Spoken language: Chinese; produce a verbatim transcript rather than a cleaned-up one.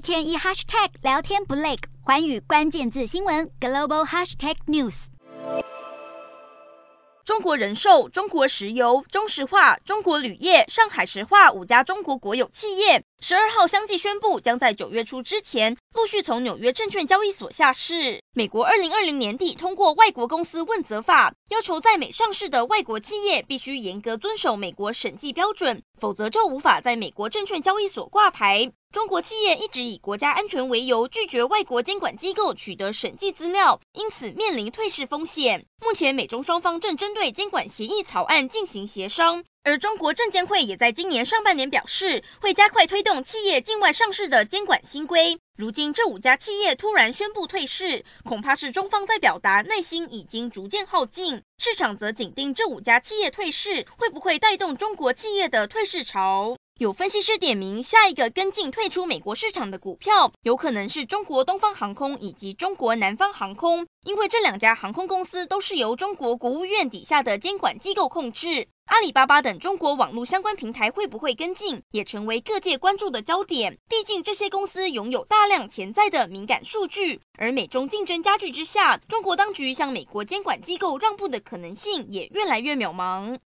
天一 hashtag 聊天不累，寰宇关键字新闻 global hashtag news。 中国人寿、中国石油、中石化、中国铝业、上海石化五家中国国有企业，十二号相继宣布，将在九月初之前陆续从纽约证券交易所下市。美国二零二零年底通过《外国公司问责法》，要求在美上市的外国企业必须严格遵守美国审计标准，否则就无法在美国证券交易所挂牌。中国企业一直以国家安全为由，拒绝外国监管机构取得审计资料，因此面临退市风险。目前美中双方正针对监管协议草案进行协商，而中国证监会也在今年上半年表示，会加快推动企业境外上市的监管新规。如今这五家企业突然宣布退市，恐怕是中方在表达耐心已经逐渐耗尽，市场则紧盯这五家企业退市会不会带动中国企业的退市潮。有分析师点名，下一个跟进退出美国市场的股票，有可能是中国东方航空以及中国南方航空，因为这两家航空公司都是由中国国务院底下的监管机构控制。阿里巴巴等中国网络相关平台会不会跟进，也成为各界关注的焦点。毕竟这些公司拥有大量潜在的敏感数据，而美中竞争加剧之下，中国当局向美国监管机构让步的可能性也越来越渺茫。